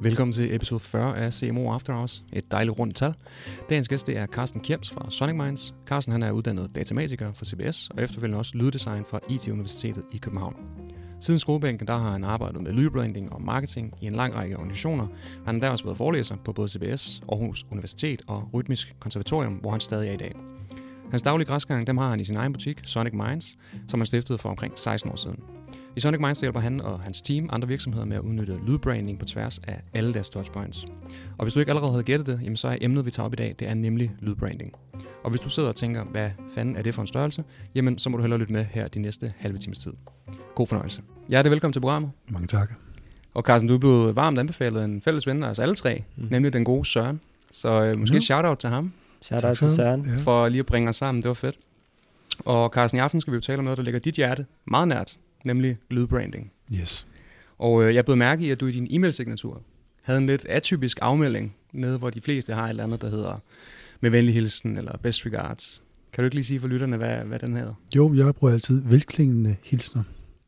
Velkommen til episode 40 af CMO After Hours. Et dejligt rundt tal. Dagens gæst det er Carsten Kjems fra Sonic Minds. Carsten han er uddannet datamatiker fra CBS og efterfølgende også lyddesign fra IT-universitetet i København. Siden skolebænken der har han arbejdet med lydbranding og marketing i en lang række organisationer. Han har der også været forelæser på både CBS, Aarhus Universitet og Rytmisk Konservatorium, hvor han stadig er i dag. Hans daglige græsgang dem har han i sin egen butik, Sonic Minds, som han stiftede for omkring 16 år siden. I Sonic Minds hjælper han og hans team andre virksomheder med at udnytte lydbranding på tværs af alle deres touchpoints. Og hvis du ikke allerede havde gættet det, jamen så er emnet, vi tager op i dag, det er nemlig lydbranding. Og hvis du sidder og tænker, hvad fanden er det for en størrelse, jamen så må du hellere lytte med her de næste halve times tid. God fornøjelse. Hjertelig velkommen til programmet. Mange tak. Og Carsten, du er blevet varmt anbefalet en fælles ven, altså alle tre, nemlig den gode Søren. Så måske et shout-out til ham. Shout-out til Søren. For lige at bringe os sammen, det var fedt. Og Carsten, i aften skal vi jo tale om noget, der ligger dit hjerte meget nært, nemlig lydbranding. Yes. Og jeg blev mærke i, at du i din e-mail-signatur havde en lidt atypisk afmelding, nede hvor de fleste har et eller andet, der hedder med venlig hilsen eller best regards. Kan du ikke lige sige for lytterne, hvad den hedder? Jo, jeg bruger altid velklingende hilsner.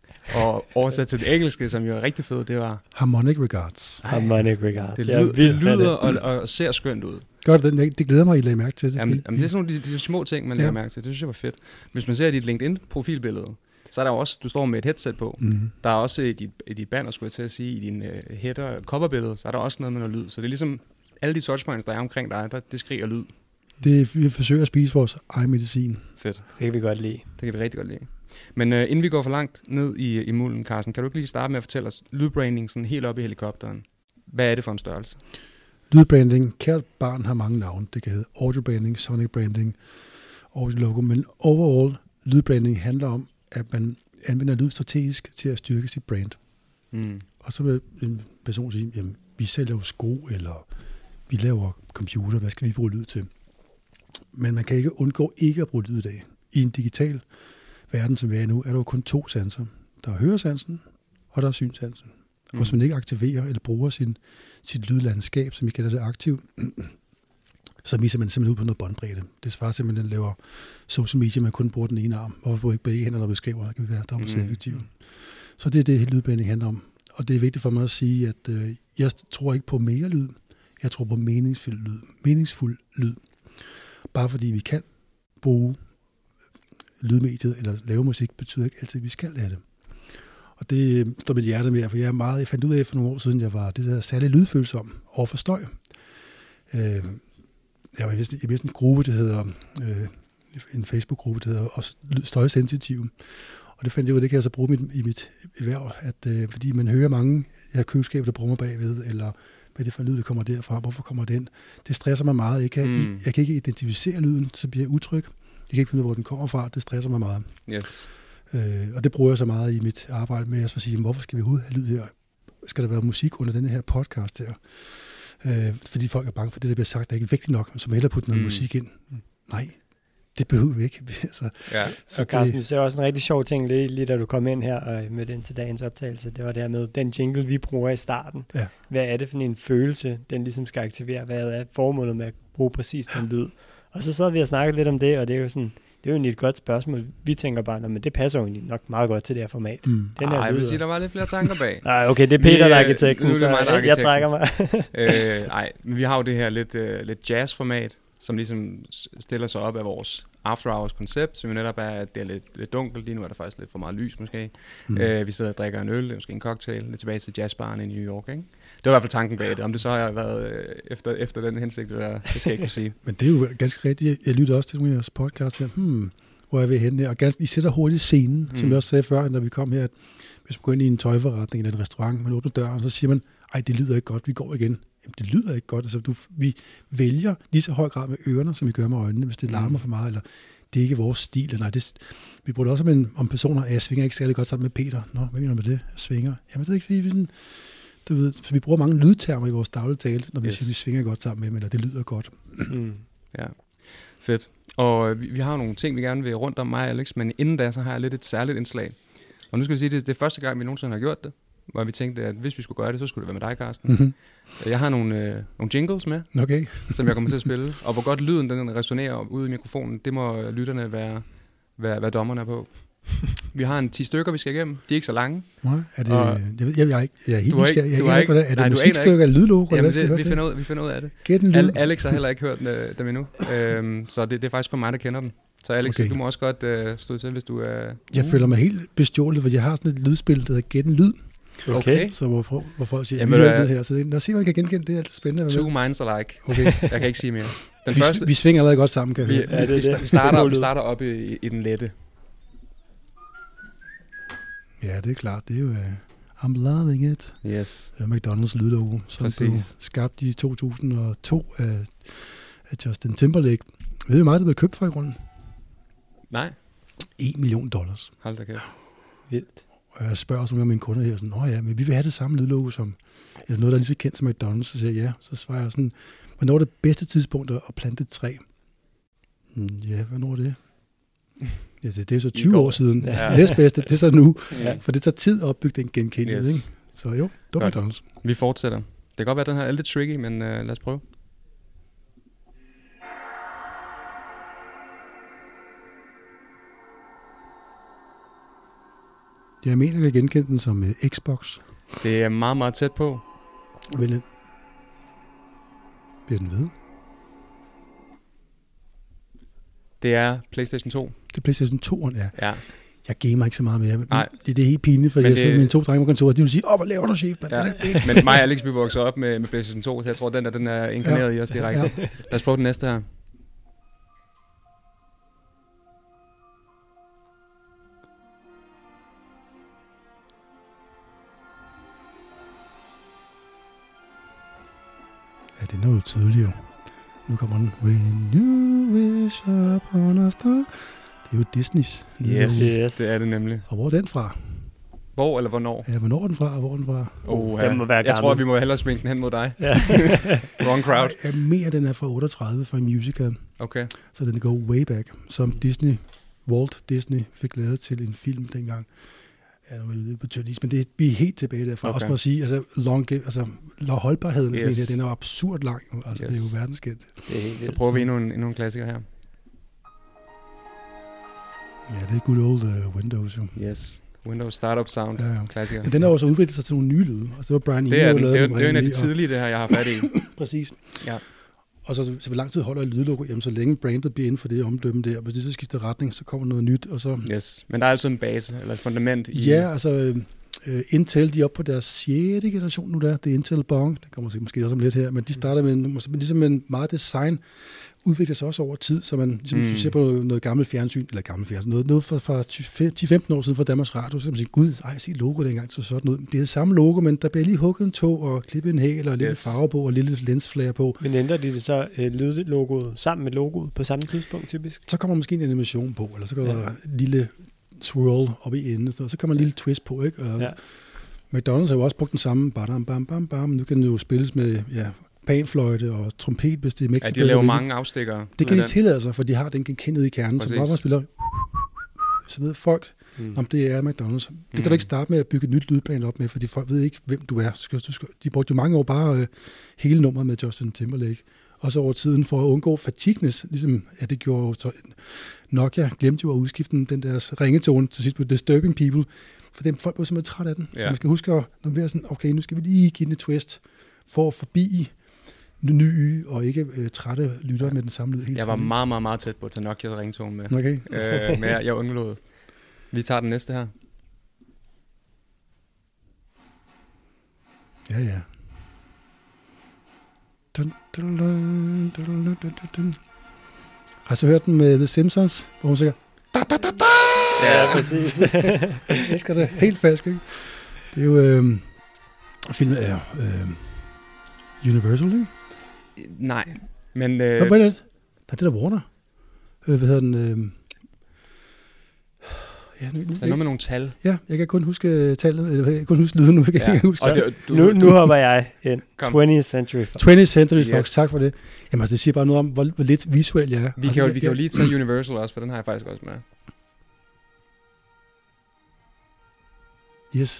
Og oversat til det engelske, som jo er rigtig fedt, det var harmonic regards. Harmonic regards. Det lyder og ser skønt ud. Gør det? Det glæder mig, at I lagde mærke til det. Jamen, det er sådan nogle de små ting, man lægger mærke til. Det synes jeg var fedt. Hvis man ser dit LinkedIn-profilbillede, så er der også, du står med et headset på. Mm-hmm. Der er også i dit banner, skulle jeg til at sige, i din header coverbillede, så er der også noget med noget lyd. Så det er ligesom alle de touchpoints, der er omkring dig, det skriger lyd. Vi forsøger at spise vores egen medicin. Fedt. Det kan vi godt lide. Det kan vi rigtig godt lide. Men inden vi går for langt ned i mulden, Carsten, kan du ikke lige starte med at fortælle os lydbranding sådan helt op i helikopteren? Hvad er det for en størrelse? Lydbranding, kært barn har mange navne. Det kan hedde audio branding, sonic branding, audio logo. Men overall, lydbranding handler om, at man anvender lyd strategisk til at styrke sit brand. Mm. Og så vil en person sige, jamen, vi sælger jo sko, eller vi laver computer, hvad skal vi bruge lyd til? Men man kan ikke undgå ikke at bruge lyd i dag. I en digital verden, som vi er nu, er der jo kun 2 sanser. Der er høresansen, og der er synsansen. Og hvis man ikke aktiverer eller bruger sit lydlandskab, som vi kalder det aktivt, så misser man simpelthen ud på noget båndbredde. Det svarer simpelthen, at laver social media, man kun bruger den ene arm. Hvorfor bruger ikke begge hænder, når vi skriver? Der kan vi være dobbelt så effektive. Så det er det, lydbranding handler om. Og det er vigtigt for mig at sige, at jeg tror ikke på mere lyd. Jeg tror på meningsfuld lyd. Bare fordi vi kan bruge lydmediet eller lave musik, betyder ikke altid, at vi skal have det. Og det står mit hjerte med, for jeg fandt ud af for nogle år siden, jeg var det der særligt lydfølsom over for støj. Jeg vidste en gruppe, der hedder, en Facebook-gruppe, der hedder også støjsensitiv. Og det fandt jeg ud af, det kan jeg så bruge i mit erhverv, at fordi man hører mange, jeg har køleskab, der brummer bagved, eller hvad det for lyd, der kommer derfra, hvorfor kommer den? Det stresser mig meget. Jeg kan ikke identificere lyden, så bliver jeg utryg. Jeg kan ikke finde ud af, hvor den kommer fra. Det stresser mig meget. Yes. Og det bruger jeg så meget i mit arbejde med at sige, hvorfor skal vi overhovedet have lyd her? Skal der være musik under denne her podcast her? Fordi folk er bange for det, der bliver sagt, der er ikke vigtigt nok, så man hellere putte noget musik ind. Nej, det behøver vi ikke. Altså, så Carsten, det er også en rigtig sjov ting, lige da du kom ind her og mødte ind til dagens optagelse, det var det her med den jingle, vi bruger i starten. Ja. Hvad er det for en følelse, den ligesom skal aktivere? Hvad er formålet med at bruge præcis den lyd? Og så sad vi og snakkede lidt om det, og det er jo sådan, det er jo egentlig et godt spørgsmål. Vi tænker bare, men det passer jo nok meget godt til det her format. Jeg vil sige, der var lidt flere tanker bag. Nej, okay, det er Peter, der er arkitekten, så jeg trækker mig. Men vi har jo det her lidt jazz-format, som ligesom stiller sig op af vores After Hours koncept, som jo netop er, at det er lidt dunkelt. Lige nu er der faktisk lidt for meget lys måske. Vi sidder og drikker en øl, måske en cocktail, lidt tilbage til jazzbaren i New York, ikke? Det var i hvert fald tanken bag det. Om det så har været efter den hensigt, det skal jeg ikke kunne sige. Men det er jo ganske rigtigt. Jeg lytter også til nogle af jeres podcast her. Hvor er vi henne her? Og I sætter hurtigt scenen, som jeg også sagde før, når vi kom her, at hvis man går ind i en tøjforretning eller en restaurant, man åbner døren, så siger man, ej, det lyder ikke godt, vi går igen. Jamen, det lyder ikke godt. Altså, vi vælger lige så høj grad med ørerne, som vi gør med øjnene, hvis det larmer for meget, eller det er ikke vores stil. Eller, nej, vi bruger det også om personer, jeg svinger ikke særlig godt sammen med Peter. Nå, hvad mener du med det? Jeg svinger. Jamen, det er ikke, fordi vi sådan... Så vi bruger mange lydtermer i vores daglige tale, når vi siger, vi svinger godt sammen med dem, eller det lyder godt. Ja, fedt. Og vi har nogle ting, vi gerne vil rundt om mig og Alex, men inden da, så har jeg lidt et særligt indslag. Og nu skal vi sige, det er første gang, vi nogensinde har gjort det, hvor vi tænkte, at hvis vi skulle gøre det, så skulle det være med dig, Carsten. Mm-hmm. Jeg har nogle jingles med, som jeg kommer til at spille, og hvor godt lyden den resonerer ude i mikrofonen, det må lytterne være dommerne på. Vi har en 10 stykker, vi skal igennem. De er ikke så lange. Nej, er det... Jeg er helt du har ikke, nysgerrig. du har ikke, er det musikstykker eller lydlogo? Jamen, vi finder ud af det. Gæt en lyd. Alex har heller ikke hørt dem endnu. Så det er faktisk kun mig, der kender dem. Så Alex, du må også godt stå til, hvis du er... Jeg føler mig helt bestjålet, for jeg har sådan et lydspil, der hedder Gæt en lyd. Okay. Så hvor folk siger, vi hører det her. Så lad os se, om jeg kan genkende. Det er altid spændende. Two minds alike. Okay. Jeg kan ikke sige mere. Vi svinger allerede godt sammen, kan vi. Vi starter op i den lette. Ja, det er klart. Det er jo I'm Loving It. Yes. Det er McDonald's lydlogo, som blev skabt i 2002 af Justin Timberlake. Ved du, hvor meget det blev købt for i grunden? Nej. $1 million. Hold da kæft. Vildt. Og jeg spørger også nogle af mine kunder her, sådan, men vi vil have det samme lydlogo som noget, der er lige så kendt som McDonald's. Så siger jeg, ja. Så svarer jeg sådan, hvornår er det bedste tidspunkt at plante et træ? Ja, hvornår er det? Ja, det er så 20 år siden. Ja. Næstbedste, det er så nu. Ja. For det tager tid at opbygge den genkendelighed. Ikke? Så jo, det var McDonald's. Vi fortsætter. Det kan godt være, at den her er lidt tricky, men lad os prøve. Jeg mener, jeg kan genkende den som Xbox. Det er meget, meget tæt på. Vel, bliver den ved? Det er PlayStation 2. Det er PlayStation 2'eren, ja. Ja. Jeg gamer ikke så meget mere. Nej. Det er helt pinligt, for jeg sidder med mine 2 drenge på kontoret, de vil sige, hvad laver du, chef? Ja. Men mig og Alex, vi voksede op med PlayStation 2, så jeg tror, den er inkarneret i os direkte. Ja. Lad os prøve den næste her. Ja, det er noget tydeligere. Nu kommer den. When you wish upon a star. Det er jo Disneys. Yes, det er det nemlig. Og hvor er den fra? Hvor eller hvornår? Ja, hvornår er den fra, og hvor er den fra? Den må være jeg tror, vi må hellere svinge den hen mod dig. Ja. Wrong crowd. Jeg mener, den er fra 38 fra en musical. Okay. Så den går way back, som Walt Disney fik lavet til en film dengang. Ja, det betyder lige, men vi er helt tilbage derfra. Okay. Også for at sige, holdbarheden af det her, den er jo absurd lang. Altså, det er jo verdenskendt. Så prøver vi endnu en klassiker her. Ja, det er good old Windows, jo. Yes. Windows Startup Sound, klassiker. Men den har også udviklet sig til nogle nye lyde. Altså, det var Brian Eno, det er en af de tidlige, det her, jeg har fat i. Præcis. Ja. Og så hvor lang tid holder et lydlogo? Jamen, så længe brandet bliver inden for det omdømme der. Hvis det så skifter retning, så kommer noget nyt, og så... Yes, men der er altså en base, eller et fundament i... Ja, altså... Intel, de er oppe på deres 6. generation nu der. Det er Intel Bong. Det kommer måske også om lidt her. Men de starter med ligesom en meget design, udvikler sig også over tid, så man ligesom, hvis du ser på noget gammelt fjernsyn, noget fra 10-15 år siden fra Danmarks Radio, så kan man sige, gud, se logoet dengang, så sådan noget. Det er det samme logo, men der bliver lige hugget en tog og klippet en hæl og en lille farve på og en lille lensflare på. Men ændrer de det så lydlogoet sammen med logoet på samme tidspunkt typisk? Så kommer måske en animation på, eller så går der en lille swirl op i enden, så kommer en lille twist på, ikke? Og McDonald's har jo også brugt den samme, bam. Nu kan den jo spilles med, panfløjte og trompet, hvis det er Mexico. Ja, de laver mange afstikkere. Det kan de tillade sig, for de har den genkendelighed i kernen, som bare spiller, så ved folk, om det er McDonald's. Det kan du ikke starte med at bygge et nyt lydband op med, fordi folk ved ikke, hvem du er. De brugte jo mange år bare hele nummeret med Justin Timberlake. Og så over tiden for at undgå fatigueness, ligesom det gjorde så Nokia, glemte jo at udskifte den deres ringetone til sidst på Disturbing People, for dem folk var simpelthen træt af den. Så man skal huske, når vi er sådan, okay, nu skal vi lige give den et twist, for at forbi nye og ikke trætte lytter med den samme lyd hele tiden. Jeg var meget, meget, meget tæt på at tage Nokia ringtone med. Okay. Men jeg undlod. Vi tager den næste her. Ja. Har du så hørt den med The Simpsons, hvor hun siger da. Ja, præcis. Jeg elsker det helt fast, ikke? Det er jo filmen er Universal, ikke? Nej, men... Hvad er det? Der er det der Warner. Hvad hedder den? Ja, det er noget med nogle tal. Ja, jeg kan kun huske tallet, eller jeg kan kun huske lyden nu. Jeg kan ikke huske nu hopper jeg ind. 20th Century Fox. 20th Century Fox, tak for det. Jamen altså, det siger bare noget om, hvor lidt visuel jeg er. Vi kan jo lige tage Universal også, for den har jeg faktisk også med. Yes.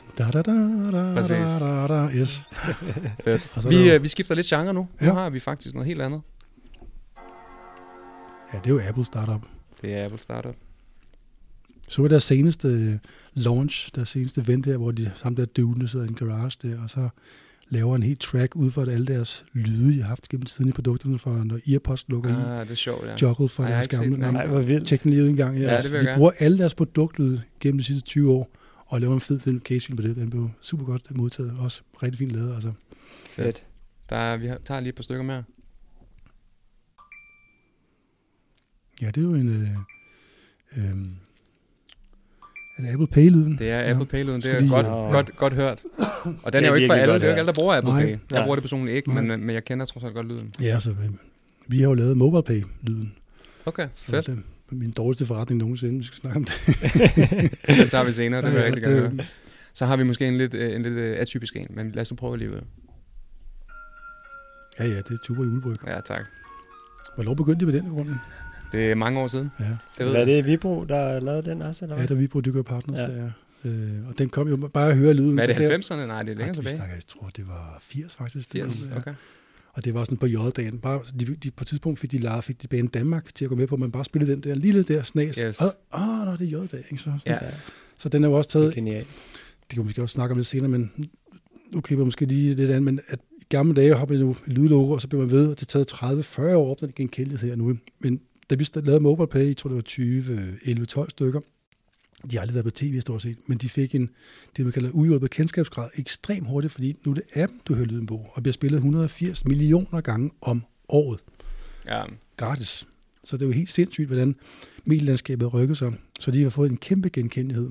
Yes. Fedt. Vi skifter lidt genre nu. Nu har vi faktisk noget helt andet. Ja, det er jo Apple Startup. Det er Apple Startup. Så var deres seneste launch, deres seneste event der, hvor de sammen der dude sidder i en garage der, og så laver en helt track ud for alle deres lyde, de har haft gennem tiden i produkterne, for når Earpods lukker i. Det er sjovt, ja. Juggle for deres gamle. Nej, hvor vildt. Teknologi engang. Ja, det vil de bruger alle deres produktlyde gennem de sidste 20 år, og laver en fed film, casefilm på det. Den blev super godt modtaget. Også rigtig fint lavet, altså. Fedt. Vi tager lige et par stykker mere. Ja, det er jo en... er det Apple Pay-lyden? Det er Apple Pay-lyden, det er godt hørt. Og den er jo ikke for alle, det er jo ikke alle, der bruger Apple Pay. Jeg bruger det personligt ikke, men jeg kender trods alt godt lyden. Ja, så vi har jo lavet Mobile Pay-lyden. Okay, så fedt. Det er min dårligste forretning nogensinde, vi skal snakke om det. Den tager vi senere, det vil jeg rigtig gerne høre. Så har vi måske en lidt atypisk en, men lad os nu prøve alligevel. Ja, det er Tuborg Julebryg. Ja, tak. Hvornår begyndte de med den grunden? Det er mange år siden. Ja. Hvad er det Vibro, der lavede den også? Eller hvad? Ja, det er Vibro, Dykker Partners, der er. Og den kom jo bare at høre lyden. Hvad er det, 90'erne? Nej, det er længere tilbage. Jeg tror, det var 80 faktisk. 80, okay. Og det var sådan på J-dagen. Bare, de på et tidspunkt fik de banen Danmark til at gå med på, at man bare spillede den der lille der snas. Yes. Det er J-dag, ikke? Så den er jo også taget... Genial. Det kan vi måske også snakke om lidt senere, men nu klipper jeg måske lige lidt andet, men at i gamle dage har man jo et lydlogo, og så blev man ved, at det taget 30-40 år op, den genkendelighed her nu. Men da vi lavede Mobile Pay, jeg tror det var 20-11-12 stykker, de har aldrig været på tv stort set, men de fik det man kalder udhjulpet kendskabsgrad ekstremt hurtigt, fordi nu er det appen, du hører lyden på, og bliver spillet 180 millioner gange om året. Ja. Gratis. Så det er jo helt sindssygt, hvordan medielandskabet rykker sig, så de har fået en kæmpe genkendelighed.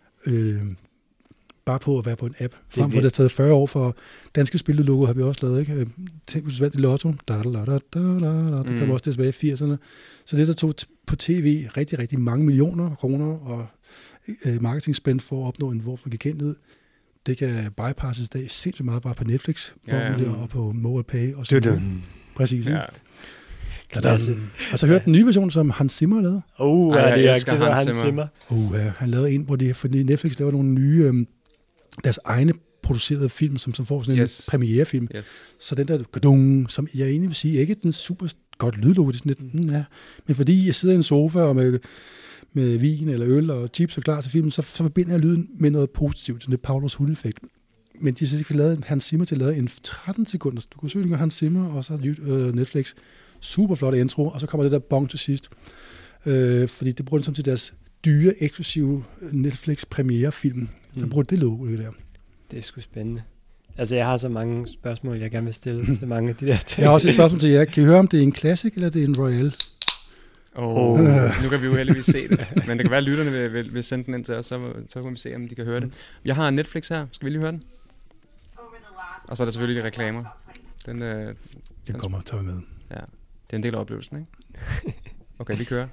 Bare på at være på en app. Frem for det har taget 40 år for danske spillelogo, har vi også lavet, ikke? Tænk på svært i Lotto. Det kom også tilbage i 80'erne. Så det, der tog på tv rigtig, rigtig mange millioner kroner og marketingspend for at opnå en hvorfor genkendelighed, det kan bypasses i dag sindssygt meget bare på Netflix og på Mobile Pay. Og så præcis. Ja. Og så hørte den nye version, som Hans Zimmer har lavet. Jeg elsker Hans Zimmer. Han lavede en, fordi Netflix laver nogle nye, deres egne producerede film, som får sådan en premierefilm. Yes. Så den der, som jeg egentlig vil sige, ikke den super godt lydlogo, det er sådan lidt, men fordi jeg sidder i en sofa og med vin eller øl og chips og klar til filmen, så forbinder jeg lyden med noget positivt, sådan lidt Paulus Hund-effekt. Men de har lavet Hans Zimmer til at lave en 13 sekunder. Du kunne søge Hans Zimmer, og så Netflix. Super flot intro, og så kommer det der bong til sidst. Fordi det bruger de som til deres dyre, eksklusive Netflix premierefilm. Så bruger det logo der. Det er sgu spændende. Altså, jeg har så mange spørgsmål, jeg gerne vil stille til mange af de der ting. Jeg har også et spørgsmål til jer. Kan I høre, om det er en Classic, eller det er en Royal? Nu kan vi jo heldigvis se det. Men det kan være, at lytterne vil sende den ind til os, så kan vi se, om de kan høre det. Jeg har en Netflix her. Skal vi lige høre den? Og så er der selvfølgelig de reklamer. Den kommer, tager vi med. Ja, det er en del af oplevelsen, ikke? Okay, vi kører.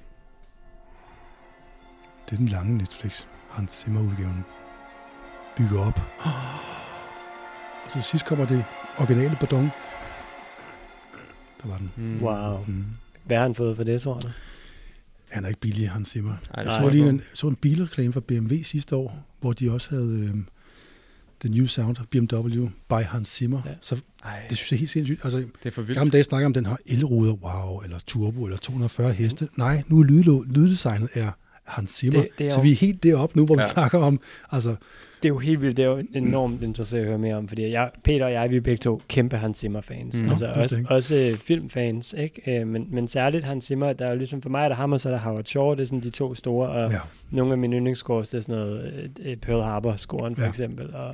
Det er den lange Netflix. Hans Zimmer-udgaven. Bygger op. Og til sidst kommer det originale Pardon. Der var den. Wow. Hvad har han fået for det, tror du? Han er ikke billig, Hans Zimmer. Jeg så en bilreklame fra BMW sidste år, hvor de også havde The New Sound of BMW by Hans Zimmer. Ja. Så det synes jeg er helt sindssygt. Altså, det er for vildt. Gamle dage snakker om den her elruder, eller turbo, eller 240 heste. Nej, nu er lyddesignet er Hans Zimmer. Så vi er helt deroppe nu, hvor vi snakker om... Altså, det er jo helt vildt. Det er jo enormt interessant at høre mere om, fordi Peter og jeg, vi er begge to kæmpe Hans Zimmer-fans. Også filmfans, ikke? Men særligt Hans Zimmer, der er jo ligesom for mig, der ham og så der Howard Shore, det er sådan de to store, og nogle af mine yndlingsscores, det er sådan noget Pearl Harbor-scoren for eksempel, og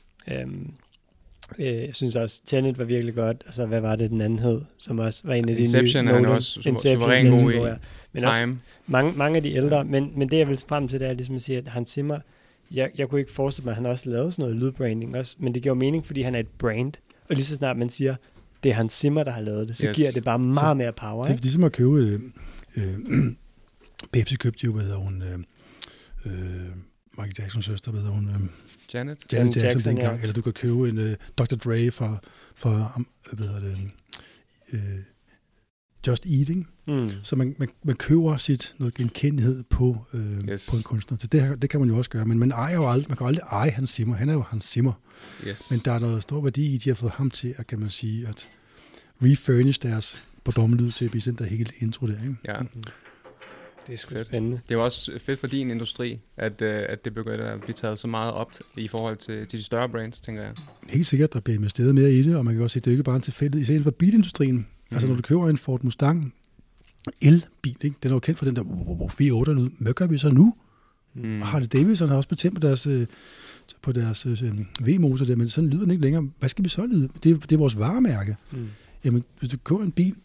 jeg synes også, Tenet var virkelig godt, og så hvad var det den anden hed, som også var en af de Inception nye... Inception er også suveræn god i men Time. Også mange af de ældre, men det jeg vil frem til, det er ligesom at sige, at Hans Zimmer, jeg kunne ikke forestille mig, at han også lavede sådan noget lydbranding også, men det giver mening, fordi han er et brand, og lige så snart man siger, det er Hans Zimmer, der har lavet det, så giver det bare meget mere power. Det er ligesom at købe... Pepsi købte jo, hvad hedder hun... Michael Jacksons søster, hvad hedder hun... Janet Jackson dengang, eller du kan købe en Dr. Dre for hvad hedder det... Just Eating. Så man køber noget genkendelighed på en kunstner. Så det kan man jo også gøre, men man ejer jo aldrig, man kan aldrig eje Hans Zimmer. Han er jo Hans Zimmer. Yes. Men der er noget stor værdi i, de har fået ham til, at kan man sige, at refurnish deres Bordomlyd til at blive sendt der helt intro der, ikke? Ja. Det er sgu spændende. Det er jo også fedt for din industri, at det begynder at blive taget så meget op i forhold til de større brands, tænker jeg. Helt sikkert, der bliver investeret mere i det, og man kan også se, at det er ikke bare en tilfældighed, især for bilindustrien. Altså når du køber en Ford Mustang elbil, ikke? Den er jo kendt for den der V8'erne. Hvad gør vi så nu? Og Harley Davidson har også patent på deres V-motor der, men sådan lyder den ikke længere. Hvad skal vi så lyde? Det er vores varemærke. Jamen, hvis du køber en bil,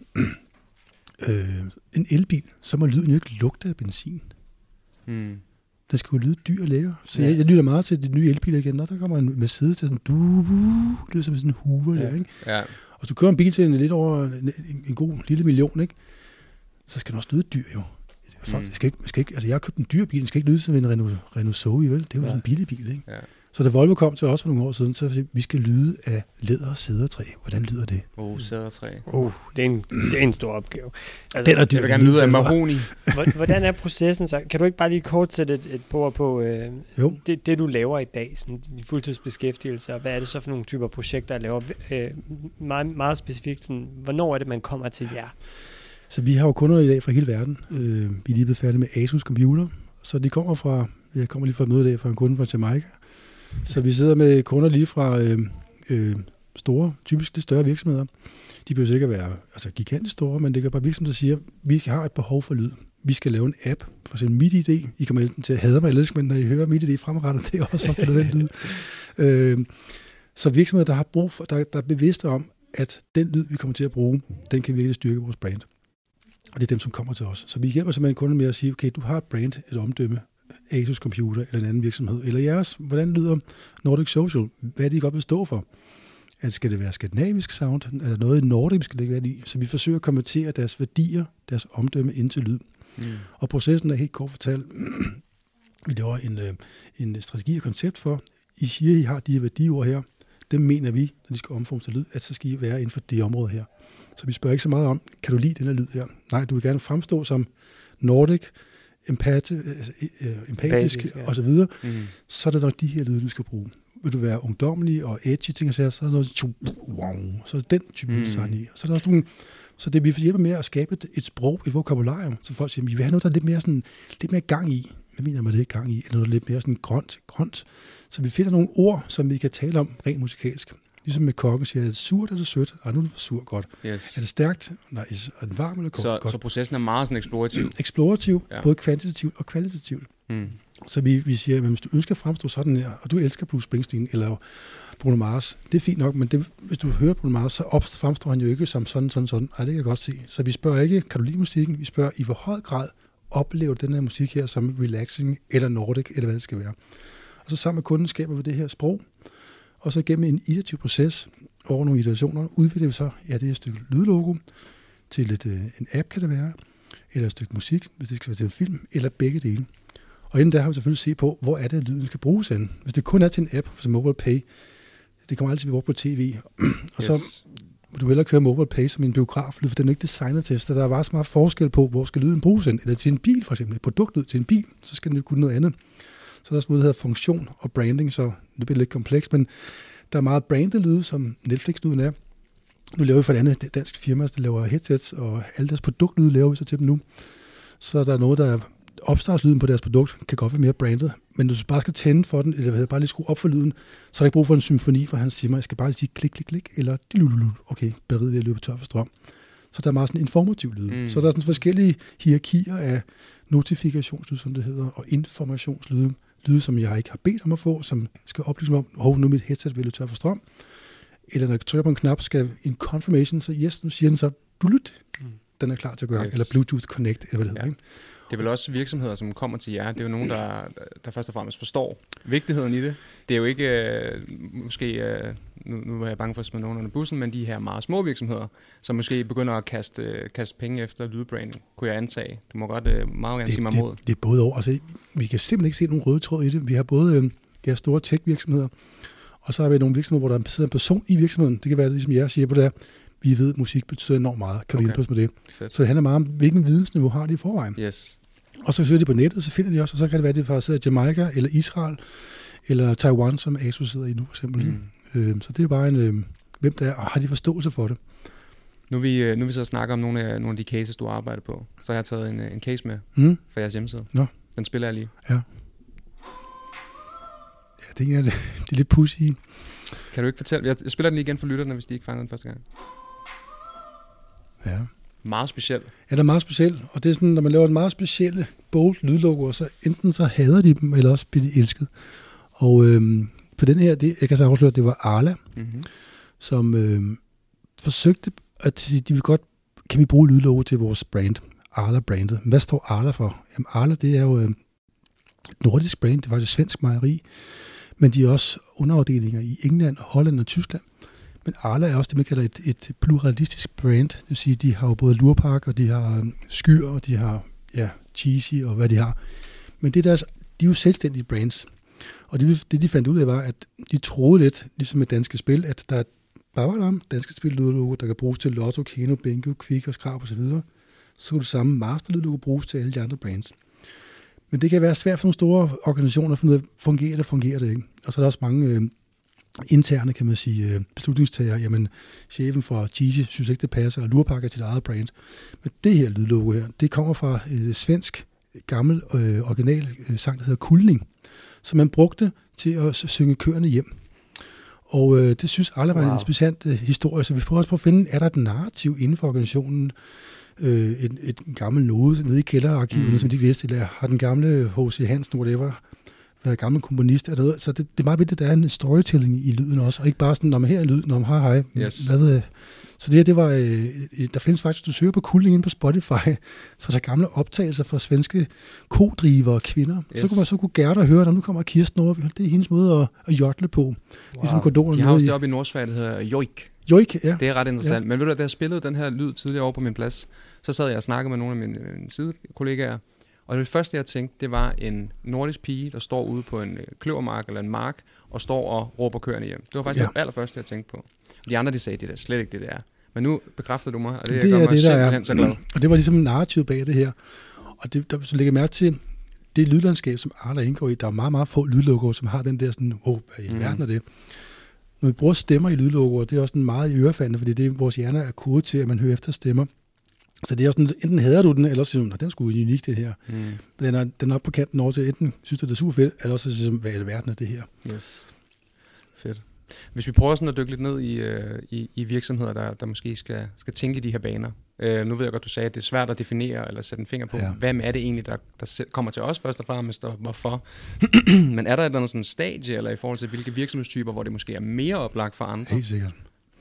en elbil, så må lyden jo ikke lugte af benzin. Den skal jo lyde dyr og lækker. Så jeg lytter meget til de nye elbiler igen, og der kommer en Mercedes til sådan, lyder som sådan en Hoover der, ikke? Ja. Og hvis du kører en bil til lidt over en god lille million, ikke? Så skal den også lyde dyr, jo. Skal ikke, altså jeg har købt en dyr bil, den skal ikke lyde som en Renault Zoe, vel? Det er jo sådan en billig bil, ikke? Ja. Så da Volvo kom til os for nogle år siden, så sagde vi skal lyde af læder og sædertræ. Hvordan lyder det? Sædertræ. Det er en stor opgave. Altså, den er dyr. Jeg vil gerne lyde af mahogni. Hvordan er processen så? Kan du ikke bare lige kort sætte et ord på det, du laver i dag, sådan i fuldtidsbeskæftigelse, og hvad er det så for nogle typer projekter, jeg laver? Meget, meget specifikt, sådan, hvornår er det, man kommer til jer? Så vi har jo kunder i dag fra hele verden. Vi er lige blevet færdige med Asus Computer, så de kommer jeg kommer lige fra et møde i dag fra en kunde fra Jamaica. Så vi sidder med kunder lige fra typisk lidt større virksomheder. De behøver sikkert være gigantisk store, men det kan bare virksomheder, der siger, vi har et behov for lyd. Vi skal lave en app, for eksempel MitID. I kommer enten til at hade mig eller elske, men når I hører MitID fremrettet, det er også den lyd. Så virksomheder, der har brug for, der er bevidste om, at den lyd, vi kommer til at bruge, den kan virkelig styrke vores brand. Og det er dem, som kommer til os. Så vi hjælper simpelthen kunden med at sige, okay, du har et brand, et omdømme, Asus Computer eller en anden virksomhed, eller jeres, hvordan lyder Nordic Social? Hvad er det, I godt vil stå for? Skal det være skandinavisk sound? Er der noget i Nordic, vi skal lægge værd i? Så vi forsøger at konvertere deres værdier, deres omdømme ind til lyd. Og processen er helt kort fortalt, vi laver en strategi og koncept for, I siger, I har de her værdiord her, dem mener vi, når de skal omformes til lyd, at så skal I være inden for det område her. Så vi spørger ikke så meget om, kan du lide den her lyd her? Nej, du vil gerne fremstå som Nordic, empatisk og så videre, så er det nok de her lyde, du skal bruge. Vil du være ungdommelig og edgy ting og sager, så er der noget så er det den type design i. Så er der også nogle, så det vi hjælper med at skabe et sprog, et vokabularium, så folk siger, vi vil have noget, der er lidt mere gang i. Hvad mener man det gang i? Eller noget lidt mere sådan grønt. Så vi finder nogle ord, som vi kan tale om rent musikalsk. Ligesom med kokken siger, er det surt eller sødt? Nu er det for sur, godt. Yes. Er det stærkt? Nej, er det varm eller godt? Så processen er meget sådan eksplorativ? Eksplorativ, både kvantitativt og kvalitativt. Så vi siger, at hvis du ønsker at fremstå sådan her, og du elsker Bruce Springsteen eller Bruno Mars, det er fint nok, men hvis du hører Bruno Mars, så fremstår han jo ikke som sådan. Ej, det kan jeg godt se. Så vi spørger ikke, kan du lide musikken? Vi spørger, i hvor høj grad oplever den her musik her som relaxing eller Nordic, eller hvad det skal være. Og så sammen med kunden skaber vi det her sprog, og så gennem en iterativ proces over nogle iterationer, udvikler vi så det her stykke lydlogo til en app, kan det være, eller et stykke musik, hvis det skal være til en film, eller begge dele. Og inden der har vi selvfølgelig set på, hvor er det, at lyden skal bruges hen. Hvis det kun er til en app, som MobilePay, det kommer altid til at blive brugt på tv, og så må du hellere køre MobilePay som en biograf, for den er ikke designet til, så der er bare så meget forskel på, hvor skal lyden bruges hen. Eller til en bil for eksempel, et produktlyd til en bil, så skal den jo kunne noget andet. Så der er også noget, der hedder funktion og branding, så det bliver lidt komplekst, men der er meget branded lyde, som Netflix-lyden er. Nu laver vi for et andet dansk firma, der laver headsets, og alle deres produktlyde laver vi så til dem nu. Så der er noget, der er opstartslyden på deres produkt, kan godt være mere branded, men du bare skal tænde for den, eller bare lige skrue op for lyden, så er der ikke brug for en symfoni, hvor han siger mig, jeg skal bare sige klik, klik, klik, eller dilululu. Okay, batteriet vil løbe tør for strøm. Så der er meget sådan informativ lyd. Så der er sådan forskellige hierarkier af notifikationslyd, som det hedder, og informationslyde. Lyde, som jeg ikke har bedt om at få, som skal oplyse mig om, nu mit headset vil løbe tør for strøm. Eller når jeg trykker på en knap, skal en confirmation, så nu siger den så, du lyt. Den er klar til at gøre, eller Bluetooth Connect, eller hvad det hedder. Ikke? Det er vel også virksomheder, som kommer til jer. Det er jo nogen, der først og fremmest forstår vigtigheden i det. Det er jo ikke, nu er jeg bange for at smide nogen under bussen, men de her meget små virksomheder, som måske begynder at kaste penge efter lydbranding, kunne jeg antage. Du må godt meget gerne sige mig imod. Det er både over. Altså, vi kan simpelthen ikke se nogen røde tråd i det. Vi har både store tech-virksomheder, og så har vi nogle virksomheder, hvor der sidder en person i virksomheden. Det kan være, ligesom jeg siger på det her. Vi ved, at musik betyder enormt meget. Kan du hjælpe os med det? Fedt. Så det handler meget om, hvilken vidensniveau har de i forvejen. Yes. Og så søger de på nettet, så finder de også, og så kan det være, at det faktisk sidder i Jamaica, eller Israel, eller Taiwan, som Asus sidder i nu, for eksempel. Så det er bare hvem der er, og har de forståelse for det. Nu vi så snakker om nogle af de cases, du arbejder på, så har jeg taget en case med for jeres hjemmeside. Nå. Den spiller jeg lige. Ja. Ja, det er lidt pussy. Kan du ikke fortælle? Jeg spiller den lige igen for lytterne, hvis de ikke fanger den første gang. Ja. Meget speciel. Ja, det er meget speciel. Og det er sådan, når man laver en meget specielle bold lydlogoer, så enten så hader de dem, eller også bliver de elsket. Og på den her, jeg kan så afsløre, at det var Arla, som forsøgte at sige, de vil godt, kan vi bruge lydlogo til vores brand, Arla-brandet. Hvad står Arla for? Jamen Arla, det er jo et nordisk brand, det var et svensk mejeri, men de er også underafdelinger i England, Holland og Tyskland. Men Arla er også det, man kalder et pluralistisk brand. Det vil sige, de har jo både lurpak, og de har skyr, og de har cheesy, og hvad de har. Men det er de er jo selvstændige brands. Og det de fandt ud af, var, at de troede lidt, ligesom med Danske Spil, at der bare var der Danske Spil lydlogo, der kan bruges til Lotto, Keno, Bingo, Kvik og Skrab osv. Så kunne det samme master lydlogo bruges til alle de andre brands. Men det kan være svært for nogle store organisationer at finde ud af, fungerer det ikke. Og så er der også mange interne, kan man sige, beslutningstager. Jamen, chefen for Cheesy synes ikke, det passer, og lurpakker til det eget brand. Men det her lydlogo her, det kommer fra et svensk, gammel, original sang, der hedder Kulning, som man brugte til at synge køerne hjem. Og det synes alle var en interessant historie, så vi prøver også på at finde, er der et narrativ inden for organisationen, et gammel node nede i kælderarkiverne, som de vidste, eller har den gamle H.C. Hansen, whatever, været gammel komponist, så det er meget vigtigt, at der er en storytelling i lyden også, og ikke bare sådan, når man her er lyden, når man hej. Yes. Så det var, der findes faktisk, du søger på Kulning inde på Spotify, så der er gamle optagelser fra svenske kodrivere og kvinder. Yes. Så kunne man så Gerda høre, når nu kommer Kirsten over, det er hendes måde at jodle på. Wow. Ligesom Godon. De har også det oppe i Nordsverige, der hedder Joik. Joik, ja. Det er ret interessant. Ja. Men ved du, da jeg spillede den her lyd tidligere over på min plads, så sad jeg og snakkede med nogle af mine sidekollegaer, og det første, jeg tænkte, det var en nordisk pige, der står ude på en kløvermark eller en mark, og står og råber køerne hjem. Det var faktisk det allerførste, jeg tænkte på. De andre, de sagde, det er slet ikke det er. Men nu bekræfter du mig, og det gør mig simpelthen så glad. Og det var ligesom en narrativ bag det her. Og det, der så lægger mærke til, det lydlandskab, som Arla indgår i, der er meget, meget få lydlogoer, som har den der sådan, hvad i verden er det? Når vi bruger stemmer i lydlogoer, det er også meget i ørefaldende, fordi det er vores hjerner er kodet til, at man hører efter stemmer. Så det er sådan, enten hader du den, eller også synes du, den er sgu unik, det her. Den er op på kanten over til, enten synes du, det er super fedt, eller også synes du, hvad i verden er det her. Yes. Fedt. Hvis vi prøver sådan at dykke lidt ned i virksomheder, der måske skal tænke i de her baner. Nu ved jeg godt, du sagde, at det er svært at definere eller sætte en finger på. Ja. Hvem er det egentlig, der kommer til os først og fremmest, og hvorfor? Men er der et eller andet sådan stadie, eller i forhold til hvilke virksomhedstyper, hvor det måske er mere oplagt for andre? Helt sikkert.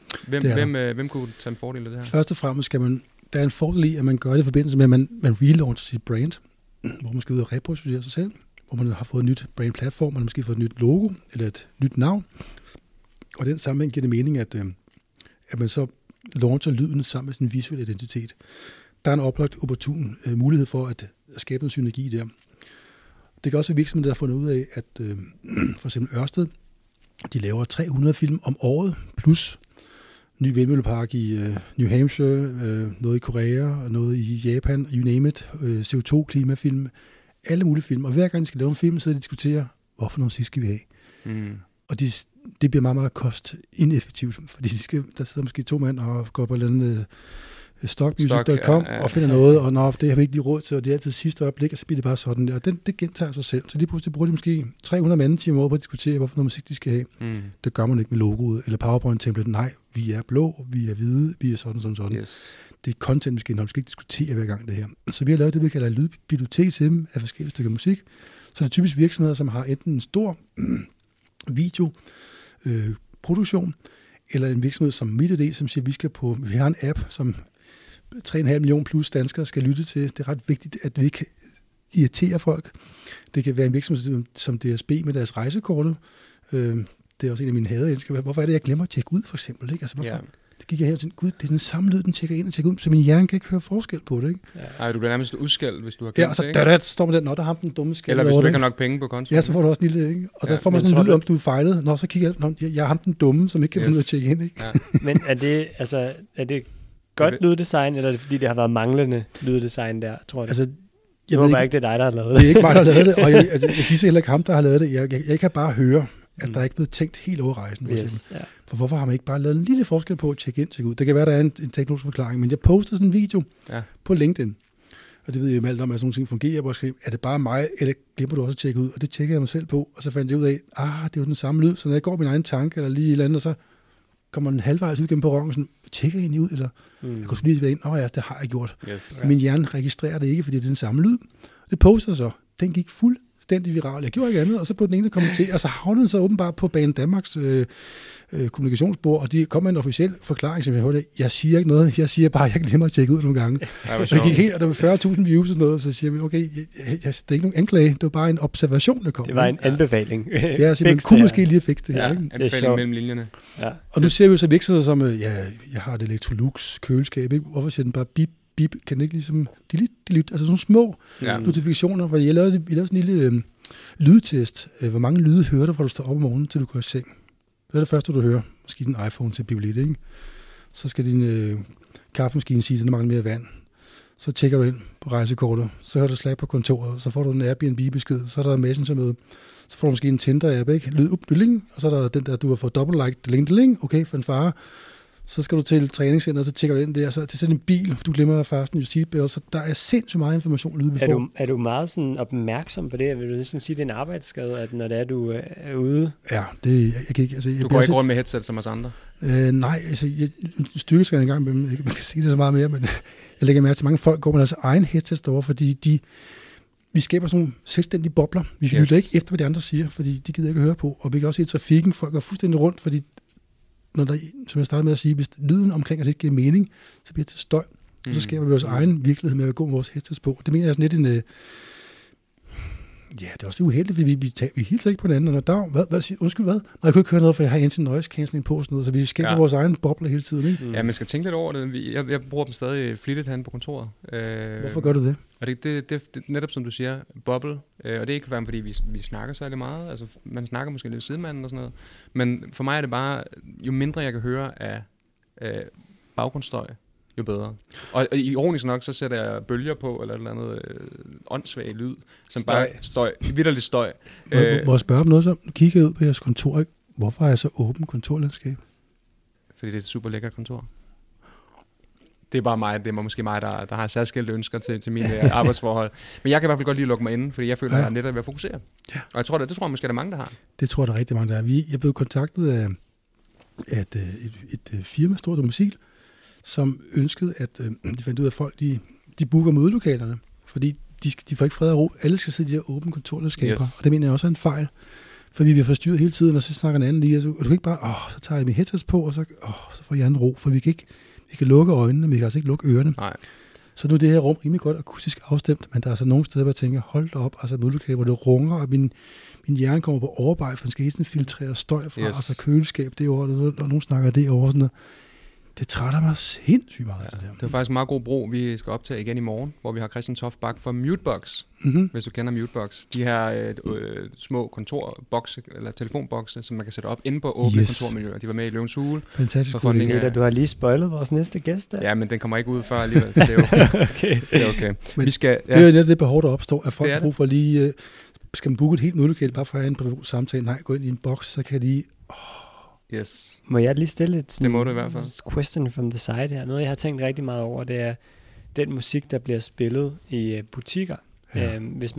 Hvem kunne tage en fordel af det her? Først og fremmest der er en fordel i, at man gør det i forbindelse med, at man relauncher sit brand, hvor man skal ud og repositionere sig selv, hvor man har fået et nyt brandplatform, man har måske fået et nyt logo, eller et nyt navn. Og den sammenhæng giver det mening, at man så launcher lyden sammen med sin visuelle identitet. Der er en oplagt opportun mulighed for at skabe en synergi der. Det kan også være virksomheder, der har fundet ud af, at for eksempel Ørsted, de laver 300 film om året, plus ny vindmøllepark i New Hampshire, noget i Korea, noget i Japan, you name it, CO2-klimafilm, alle mulige film. Og hver gang de skal lave en film, så de diskuterer, hvorfor noget musik skal vi have. Og det bliver meget, meget kost-ineffektivt, fordi der sidder måske 2 mand og går på et eller andet stockmusic.com og finder noget, og det har vi ikke lige råd til, og det er altid sidste øjeblik, og så bliver det bare sådan der. Og det gentager sig selv. Så lige pludselig bruger de måske 300 mandetimer over på at diskutere, hvorfor noget musik de skal have. Det gør man ikke med logoet, eller PowerPoint-template. Nej, vi er blå, vi er hvide, vi er sådan. Yes. Det er content, vi skal ikke diskutere hver gang det her. Så vi har lavet det, vi kalder et lydbibliotek til dem af forskellige stykker musik. Så det er typisk virksomheder, som har enten en stor videoproduktion, eller en virksomhed som MitID, som siger, vi har en app, som 3,5 millioner plus danskere skal lytte til. Det er ret vigtigt, at vi ikke irriterer folk. Det kan være en virksomhed som DSB med deres rejsekortet. Det er også en af mine hadeelsker. Hvorfor er det, jeg glemmer at tjekke ud, for eksempel? Ikke? Altså, hvorfor? Yeah. Det gik jeg her og tænkte, gud, det er den samme lyd, den tjekker ind og tjekker ud, så min hjerne kan ikke høre forskel på det. Ikke? Ej, du bliver nærmest udskældt, hvis du har glemt det, ikke? Ja, så står man der, der har den dumme skæld. Eller hvis du ikke har nok penge på kontoen. Ja, så får du også en lille, ikke? Og så får man sådan en lyd om, du er fejlet. Nå, så kigger jeg har ham den dumme, som ikke kan finde ud af at tjekke ind, ikke? Ja. Men er det godt lyddesign, eller er det fordi, det har været manglende lyddesign der, tror du? Altså, jeg håber ikke, det er dig, der har lavet det. Det er ikke mig, der har lavet det, og jeg disser heller ikke ham, der har lavet det. Jeg kan bare høre, at der ikke er blevet tænkt helt over rejsen. For, yes, for hvorfor har man ikke bare lavet en lille forskel på at tjekke ind, tjekke ud? Det kan være, der er en teknologisk forklaring, men jeg postede sådan en video på LinkedIn, og det ved jeg jo alt om, at sådan nogle ting fungerer. Hvor er det bare mig, eller glemmer du også at tjekke ud? Og det tjekkede jeg mig selv på, og så fandt jeg ud af, det er jo den samme lyd, så når jeg går min egen tanke, eller lige et eller andet, og så kommer den halvvejs ud gennem perronen, sådan, tjekker jeg egentlig ud, eller jeg kunne lige være ind, det har jeg gjort. Yes. Min hjerne registrerer det ikke, fordi det er den samme lyd. Det postede så. Den gik fuldstændig viral. Jeg gjorde ikke andet, og så på den ene kommentar, og så havnede den så åbenbart på Bane Danmarks kommunikationsbord, og de kom med en officiel forklaring, som jeg hørte, jeg siger ikke noget, jeg siger bare, jeg glemmer at tjekke ud nogle gange. Så det gik helt, og der var 40.000 views og sådan noget, så siger vi, okay, det er ikke nogen anklage, det var bare en observation, der kom. Det var en anbefaling. Ja, så man kunne måske lige fikse det her. Ja, anbefaling mellem linjerne. Ja. Og nu ser vi jo så virksomheder som, jeg har et Electrolux køleskab, ikke? Hvorfor siger den bare bip, bip, kan den ikke ligesom delete, altså sådan nogle små notifikationer, hvor jeg lavede sådan en lille lydtest. Hvor mange lyde hører du, fra du står op om morgenen, til du går i seng? Det er det første, du hører. Måske din iPhone til bibliot, ikke? Så skal din kaffemaskine sige, at der mangler mere vand. Så tjekker du ind på rejsekortet. Så hører du slag på kontoret. Så får du en Airbnb-besked. Så er der en Messenger-møde. Så får du måske en Tinder-app, ikke? Lyd up, og så er der den der, du har fået double-like, okay, for en far. Så skal du til træningscenter, så tjekker du ind der, så til sådan en bil, for du glemmer at fasten i seatbelt, så der er sindssygt meget information, vi får. Er du meget sådan opmærksom på det? Vil du sådan sige, det er en arbejdsskade, at når det er, du er ude? Ja, det jeg kan ikke. Altså, du går ikke rundt med headset som os andre? Nej, altså styrketræning en gang, man kan sige det så meget mere, men jeg lægger mærke til, at mange folk går med deres egen headset derovre, fordi vi skaber sådan nogle selvstændige bobler. Vi lytter ikke efter, hvad de andre siger, fordi de gider ikke at høre på. Og vi kan også se i trafikken, folk går fuldstændig rundt, fordi når der, som jeg startede med at sige, hvis lyden omkring os ikke giver mening, så bliver det til støj. Og så skaber vi vores egen virkelighed med at gå med vores headsets på. Det mener jeg sådan lidt en... det er også uheldigt, fordi vi hilser ikke på hinanden. Og undskyld hvad? Nej, jeg kunne ikke høre noget, for jeg har anti-noise cancelling på sådan noget, så vi skaber vores egen boble hele tiden, ikke? Ja, man skal tænke lidt over det. Jeg bruger dem stadig flittigt herinde på kontoret. Hvorfor gør du det? Og det er netop som du siger, boble. Og det er ikke fordi vi snakker særlig meget. Altså, man snakker måske lidt sidemanden og sådan noget. Men for mig er det bare, jo mindre jeg kan høre af baggrundsstøj, jo bedre. Og ironisk nok, så sætter jeg bølger på, eller et eller andet åndssvag lyd, som bare støj, vitterlig støj. Må jeg spørge om noget så? Nu kigger jeg ud på jeres kontor, ikke? Hvorfor er jeg så åbent kontorlandskab? Fordi det er et super lækkert kontor. Det er bare mig, det er måske mig, der har særskilte ønsker til mine arbejdsforhold. Men jeg kan i hvert fald godt lige lukke mig inde, fordi jeg føler, at jeg er netop ved at fokusere. Ja. Og jeg tror, det tror jeg måske, der er mange, der har. Det tror jeg, der er rigtig mange, der har. Jeg blev kontaktet af et firma, Stort og Musik, som ønskede, at de fandt ud af, at folk de booker mødelokalerne, fordi de får ikke fred og ro. Alle skal sidde i de her åbne kontorlandskaber, og det mener jeg også er en fejl, fordi vi bliver forstyrret hele tiden, og så snakker en anden lige, og du kan ikke bare, så tager jeg min headsets på, og så får jeg en ro, for vi kan lukke øjnene, men vi kan altså ikke lukke ørerne. Nej. Så nu er det her rum rimelig godt akustisk afstemt, men der er altså nogle steder, hvor jeg tænker, hold da op, altså mødelokale, hvor det runger, og min hjerne kommer på overarbejde, for den skal hele filtrere støj fra, altså køleskab derovre, og nogen snakker derovre, sådan noget. Det trætter mig sindssygt meget. Ja, det er faktisk en meget god bro, vi skal optage igen i morgen, hvor vi har Christian Toft Bak fra Mutebox, hvis du kender Mutebox. De her små kontorbokse, eller telefonbokse, som man kan sætte op inde på åbne kontormiljøer. De var med i Løvens Hule. Fantastisk. Du har lige spoilet vores næste gæst der. Ja, men den kommer ikke ud før alligevel, så det er okay. Det er okay. Men vi skal, det er jo det behov, der opstår, at folk har brug for lige... skal man booke et helt mødelokale bare for at have en privat samtale? Nej, gå ind i en boks, så kan jeg lige... Yes. Må jeg lige stille et det må du i hvert fald. Question from the side her? Noget, jeg har tænkt rigtig meget over, det er den musik, der bliver spillet i butikker. Ja.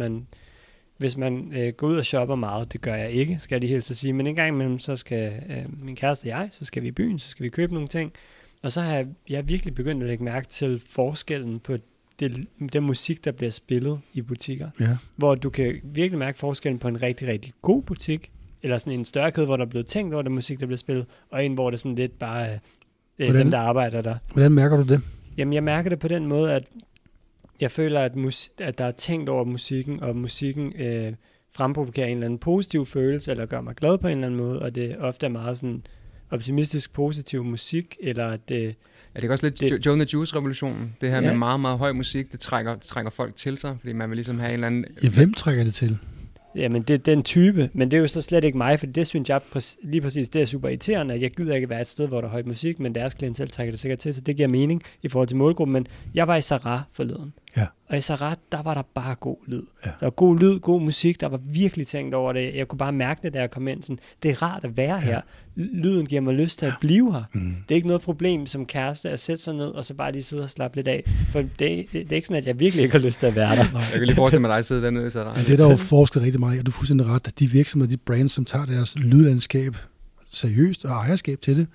Hvis man går ud og shopper meget, det gør jeg ikke, skal jeg lige helt så sige, men en gang imellem, så skal min kæreste og jeg, så skal vi i byen, så skal vi købe nogle ting, og så har jeg virkelig begyndt at lægge mærke til forskellen på den musik, der bliver spillet i butikker. Ja. Hvor du kan virkelig mærke forskellen på en rigtig, rigtig god butik, eller sådan en større kæde, hvor der er blevet tænkt over den musik, der bliver spillet, og en, hvor det sådan lidt bare dem, der arbejder der. Hvordan mærker du det? Jamen, jeg mærker det på den måde, at jeg føler, at der er tænkt over musikken, og musikken fremprovokerer en eller anden positiv følelse, eller gør mig glad på en eller anden måde, og det ofte er meget sådan optimistisk, positiv musik, eller at det... Er det ikke også lidt Joe and the Juice-revolutionen? Det her med meget, meget høj musik, det trækker folk til sig, fordi man vil ligesom have en eller anden... Ja, hvem trækker det til? Jamen, det er den type, men det er jo så slet ikke mig, for det synes jeg lige præcis, det er super irriterende, at jeg gider ikke være et sted, hvor der er høj musik, men deres klientel trækker det sikkert til, så det giver mening i forhold til målgruppen. Men jeg var i Sarah forleden, Ja. Og i Sarat, der var der bare god lyd. Ja. Der var god lyd, god musik, der var virkelig tænkt over det. Jeg kunne bare mærke det, da jeg kom ind. Sådan, det er rart at være her. Lyden giver mig lyst til at blive her. Det er ikke noget problem som kæreste at sætte sig ned, og så bare lige sidde og slappe lidt af. For det er ikke sådan, at jeg virkelig ikke har lyst til at være der. Jeg kan lige forestille mig dig sidde dernede i Sarat. Men det er der jo forsket rigtig meget, og du er fuldstændig ret, at de virksomheder, de brands, som tager deres lydlandskab seriøst og ejerskab til det,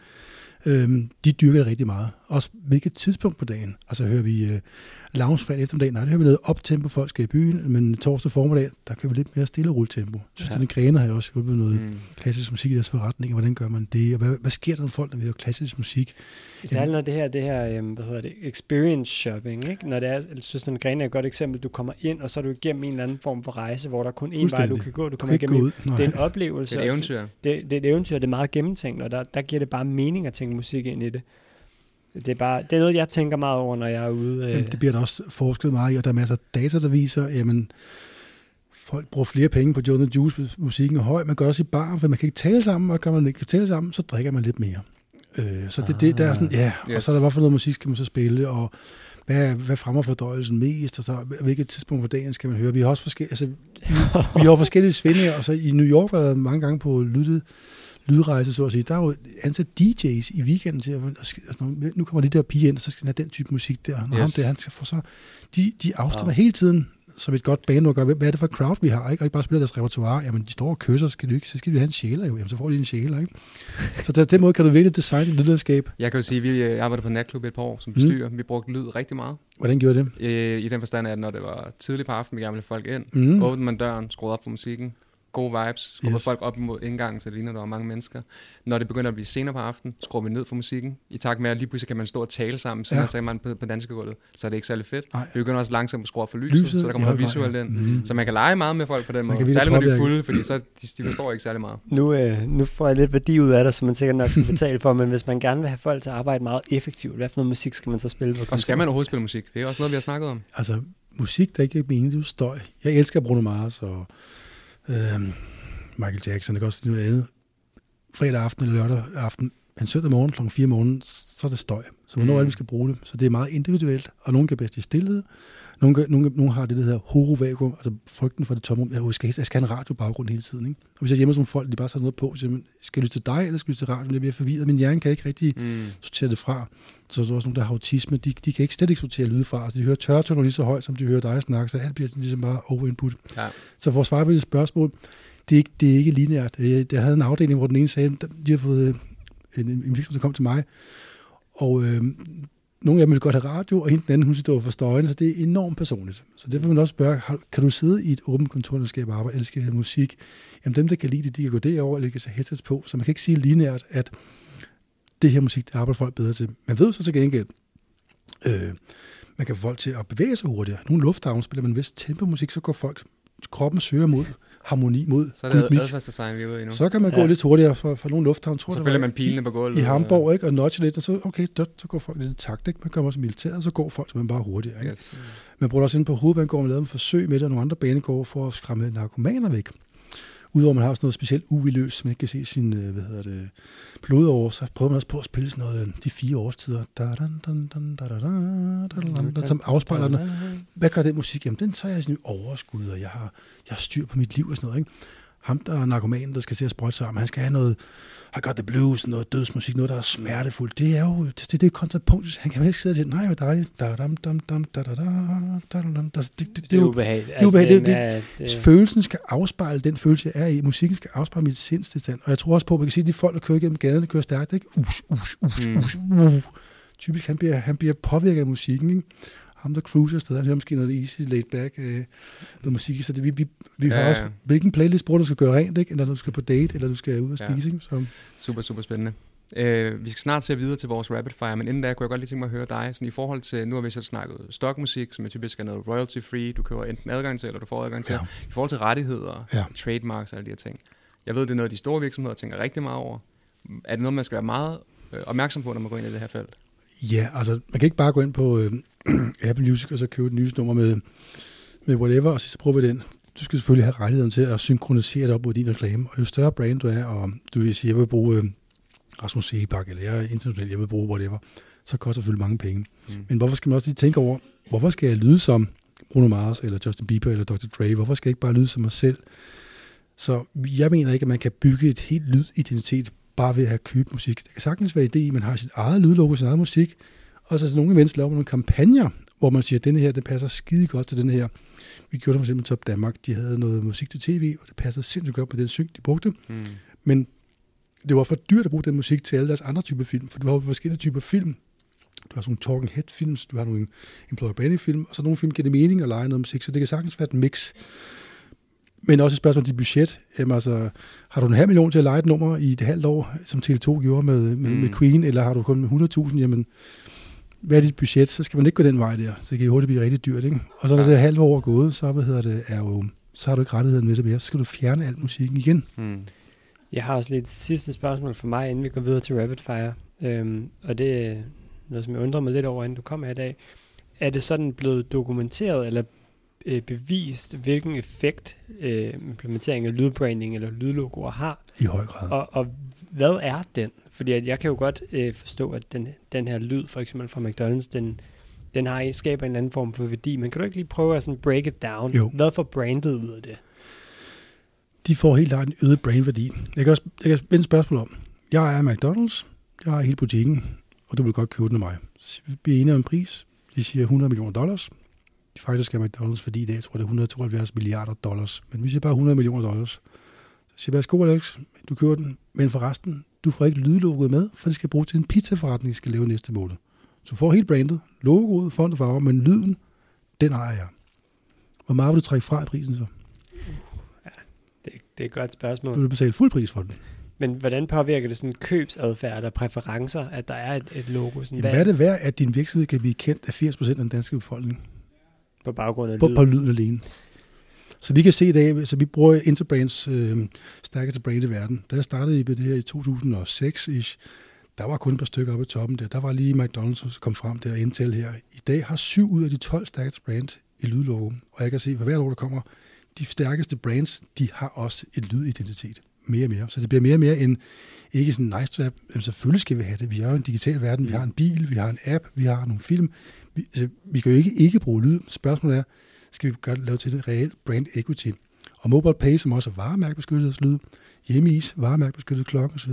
de dyrker det rigtig meget. Også hvilket tidspunkt på dagen. Altså hører vi loungefredag eftermiddag, nej, det hører vi noget optempo, folk skal i byen, men torsdag formiddag, der kan vi lidt mere stille og rulletempo. Søsterne Grene har jo også hjulpet noget klassisk musik i deres forretning, og hvordan gør man det, og hvad sker der, når folk, når vi hører klassisk musik? Særligt når det her experience shopping, ikke? Når det er, Søsterne Grene er et godt eksempel, du kommer ind, og så er du igennem en eller anden form for rejse, hvor der er kun én vej, du kan gå, du kommer igennem. Det er en oplevelse. Det er et eventyr. Det er et eventyr, det er meget gennemtænkt, og der giver det bare mening at tænke musik ind i det. Det er noget, jeg tænker meget over, når jeg er ude. Jamen, det bliver der også forsket meget i, og der er masser af data, der viser, jamen, folk bruger flere penge på Joe & the Juice, hvis musikken er høj. Man gør også i bar, for man kan ikke tale sammen, og kan man ikke tale sammen, så drikker man lidt mere. Så det der er sådan, yes. Og så er der, hvad for noget musik skal man så spille, og hvad fremmer fordøjelsen mest, og så hvilket tidspunkt for dagen skal man høre. Vi har også forskellige, vi har forskellige svinde, og så i New York var der mange gange på lydrejse, så at sige. Der er jo ansat DJ's i weekenden til at nu kommer de der piger ind, og så skal han have den type musik der. Og ham der, han skal få så... De afstemmer hele tiden, som et godt band, hvad er det for crowd, vi har, ikke? Og ikke bare spiller deres repertoire. Jamen, de står og kysser, så skal vi have en sjæler jo. Jamen, så får de en sjæler, ikke? Så på den måde kan du virkelig designe et lydlandskab. Jeg kan jo sige, at vi arbejdede på natklub et par år som bestyrer. Vi brugte lyd rigtig meget. Hvordan gjorde det? I den forstand, at når det var tidligt på aftenen, vi gerne ville folk ind, åbnede man døren, skruede op for musikken, gode vibes, skruede folk op imod indgangen, så det ligner, der var mange mennesker. Når det begynder at blive senere på aftenen, skruer vi ned for musikken. I takt med, at lige pludselig kan man stå og tale sammen, så man på dansegulvet, så er det ikke særlig fedt. Vi begynder også langsomt at skrue op for lyset, så der kommer noget visuelt ind. Så man kan lege meget med folk på den måde. Særligt når de er fulde, fordi så de forstår ikke særlig meget. Nu får jeg lidt værdi ud af det, som man sikkert nok skal betale for, men hvis man gerne vil have folk til at arbejde meget effektivt, hvad for noget musik skal man så spille på? Og skal man overhovedet spille musik? Det er også noget, vi har snakket om. Altså, musik, der ikke er meningen, det er støj. Jeg elsker Bruno Mars og Michael Jackson, det kan også noget andet. Fredag aften eller lørdag aften, en søndag morgen kl. 4 om morgenen, så er det støj. Så hvornår er det, vi skal bruge det? Så det er meget individuelt, og nogen kan bedst i stillhed. Nogle har det, der hedder horovakuum, altså frygten for det tomrum. Jeg skal have en radiobaggrund hele tiden, ikke? Og hvis jeg hjemme som folk, de bare sætter noget på, så siger, skal jeg lytte til dig, eller skal jeg lytte til radioen? Jeg bliver forvirret. Min hjerne kan ikke rigtig sortere det fra. Så er der også nogle, der har autisme, de kan slet ikke sortere lyde fra. Altså, de hører tørtoner lige så højt, som de hører dig snakke, så alt bliver ligesom bare overinput. Ja. Så for at svare på det spørgsmål, det er ikke lineært. Jeg havde en afdeling, hvor den ene sagde, de har fået en virksomhed, der kom til mig, og nogle af dem ville godt have radio, og hende den anden, hun synes, det var for støjende, så det er enormt personligt. Så det vil man også spørge, kan du sidde i et åbent kontor, der skal arbejde, eller skal have musik? Jamen dem, der kan lide det, de kan gå derover, eller de kan sætte headsets på, så man kan ikke sige lineært, at det her musik, det arbejder folk bedre til. Man ved så til gengæld, man kan få folk til at bevæge sig hurtigere. Nogle lufthavne spiller man vist tempomusik, så går folk, kroppen søger mod harmoni, mod så er det adfærdsdesign, vi er ude i nu. Så kan man gå lidt hurtigere for nogle lufthavne. Så følger man pilene på gulvet. I Hamburg, ikke? Og notche lidt, og så, okay, så går folk lidt i takt, ikke? Man kommer også i militæret, så går folk simpelthen bare hurtigere, ikke? Yes. Man bruger også inde på Hovedbanegården, man lavede en forsøg med det, og nogle andre banegårde for at skræmme narkomaner væk. Udover man har sådan noget specielt UV-løs, så man ikke kan se sin, blodover, så prøver man også på at spille sådan noget, de 4 årstider, som afspejler den. Hvad gør den musik? Jamen, den tager jeg sådan overskud, og jeg har styr på mit liv og sådan noget, ikke? Ham, der er narkomanen, der skal til at sprøjte sammen, han skal have noget, I got the blues, noget dødsmusik, noget, der er smertefuldt. Det er jo, det er kontrapunktisk. Han kan jo ikke sidde og sige, nej, hvor dejligt. Det er ubehageligt. Følelsen skal afspejle den følelse, jeg er i. Musikken skal afspejle mit sindstilstand. Og jeg tror også på, at man kan sige, at de folk, der kører gennem gaden, der kører stærkt, ikke? Typisk, han bliver påvirket af musikken, ikke? Ham, der cruiser afsted, han hører måske noget easy, laid back, noget musik. Så det, vi har også, hvilken playlist bruger du skal gøre rent, ikke? Eller du skal på date, eller du skal ud og spise, ikke? Så. Super, super spændende. Vi skal snart se videre til vores rapid fire, men inden da kunne jeg godt lige tænke mig at høre dig, sådan i forhold til, nu har vi så snakket stockmusik, som er typisk er noget royalty free, du køber enten adgang til, eller du får adgang til, i forhold til rettigheder, trademarks og alle de her ting. Jeg ved, det er noget, de store virksomheder tænker rigtig meget over. Er det noget, man skal være meget opmærksom på, når man går ind i det her felt? Ja, altså man kan ikke bare gå ind på Apple Music og så købe et nyhedsnummer med whatever, og så prøver vi den. Du skal selvfølgelig have rettigheden til at synkronisere det op mod din reklame, og jo større brand du er, og du vil sige, jeg vil bruge Rasmus Sebak, eller jeg er international, jeg vil bruge whatever, så koster det selvfølgelig mange penge. Men hvorfor skal man også lige tænke over, hvorfor skal jeg lyde som Bruno Mars, eller Justin Bieber, eller Dr. Dre? Hvorfor skal jeg ikke bare lyde som mig selv? Så jeg mener ikke, at man kan bygge et helt lydidentitet bare ved at have købt musik. Det kan sagtens være idé, at man har sit eget lydlogo, sin eget musik, og så nogle events laver nogle kampagner, hvor man siger, at denne her, det passer skide godt til den her. Vi gjorde det for eksempel Top Danmark, de havde noget musik til tv, og det passede sindssygt godt med den synk, de brugte. Men det var for dyrt at bruge den musik til alle deres andre typer film, for du har jo forskellige typer film. Du har sådan nogle talking head films, du har nogle employer branding film, og så nogle film giver det mening at lege noget musik, så det kan sagtens være et mix. Men også et spørgsmål til budget. Jamen, altså, har du 500.000 til at lege et nummer i et halvt år, som Tele2 gjorde med Queen, eller har du kun 100.000? Jamen, hvad er dit budget? Så skal man ikke gå den vej der. Så det kan hurtigt blive rigtig dyrt, ikke? Og så når det er halvt år gået, så, så har du ikke rettigheden med det mere. Så skal du fjerne al musikken igen. Jeg har også lidt sidste spørgsmål for mig, inden vi går videre til Rapid Fire. Og det er noget, som jeg undrer mig lidt over, inden du kom her i dag. Er det sådan blevet dokumenteret eller bevist, hvilken effekt implementering af lydbranding eller lydlogoer har? I høj grad. Og hvad er den? Fordi at jeg kan jo godt forstå, at den her lyd, for eksempel fra McDonald's, den skaber en anden form for værdi. Men kan du ikke lige prøve at sådan break it down? Jo. Hvad får brandet ud af det? De får helt klart en øget brandværdi. Jeg kan vende et spørgsmål om. Jeg ejer McDonald's, jeg har hele butikken, og du vil godt købe den af mig. Så vi er enige om en pris. De siger $100 million. Faktisk er McDonald's, fordi i dag tror jeg, det er 172 milliarder dollars. Men vi siger bare $100 million. Så siger jeg, værsgo Alex, du køber den, men for resten, du får ikke lydlogoet med, for det skal bruges til en pizzaforretning, skal lave næste måned. Så du får helt brandet, logoet, font og farver, men lyden, den ejer jeg. Hvor meget vil du trække fra i prisen så? Ja, det er et godt spørgsmål. Du vil betale fuld pris for den. Men hvordan påvirker det sådan købsadfærd og præferencer, at der er et logo? Sådan, hvad er det værd, at din virksomhed kan blive kendt af 80% af den danske befolkning? På baggrund af på lyden alene. Så vi kan se i dag, så vi bruger Interbrands stærkeste brand i verden. Da jeg startede med det her i 2006-ish, der var kun et par stykker oppe i toppen der. Der var lige McDonald's, som kom frem der, og Intel her. I dag har 7 ud af de 12 stærkeste brands et lydlogo. Og jeg kan se, for hvert år, der kommer, de stærkeste brands, de har også et lydidentitet. Mere og mere. Så det bliver mere og mere en, ikke sådan nice to have. Jamen, selvfølgelig skal vi have det. Vi har jo en digital verden, vi har en bil, vi har en app, vi har nogle film. Vi kan jo ikke bruge lyd. Spørgsmålet er, skal vi lave til det reelt brand equity? Og MobilePay, som også er varemærkebeskyttet lyd, Hjemmeis, varemærkebeskyttet klokke osv.,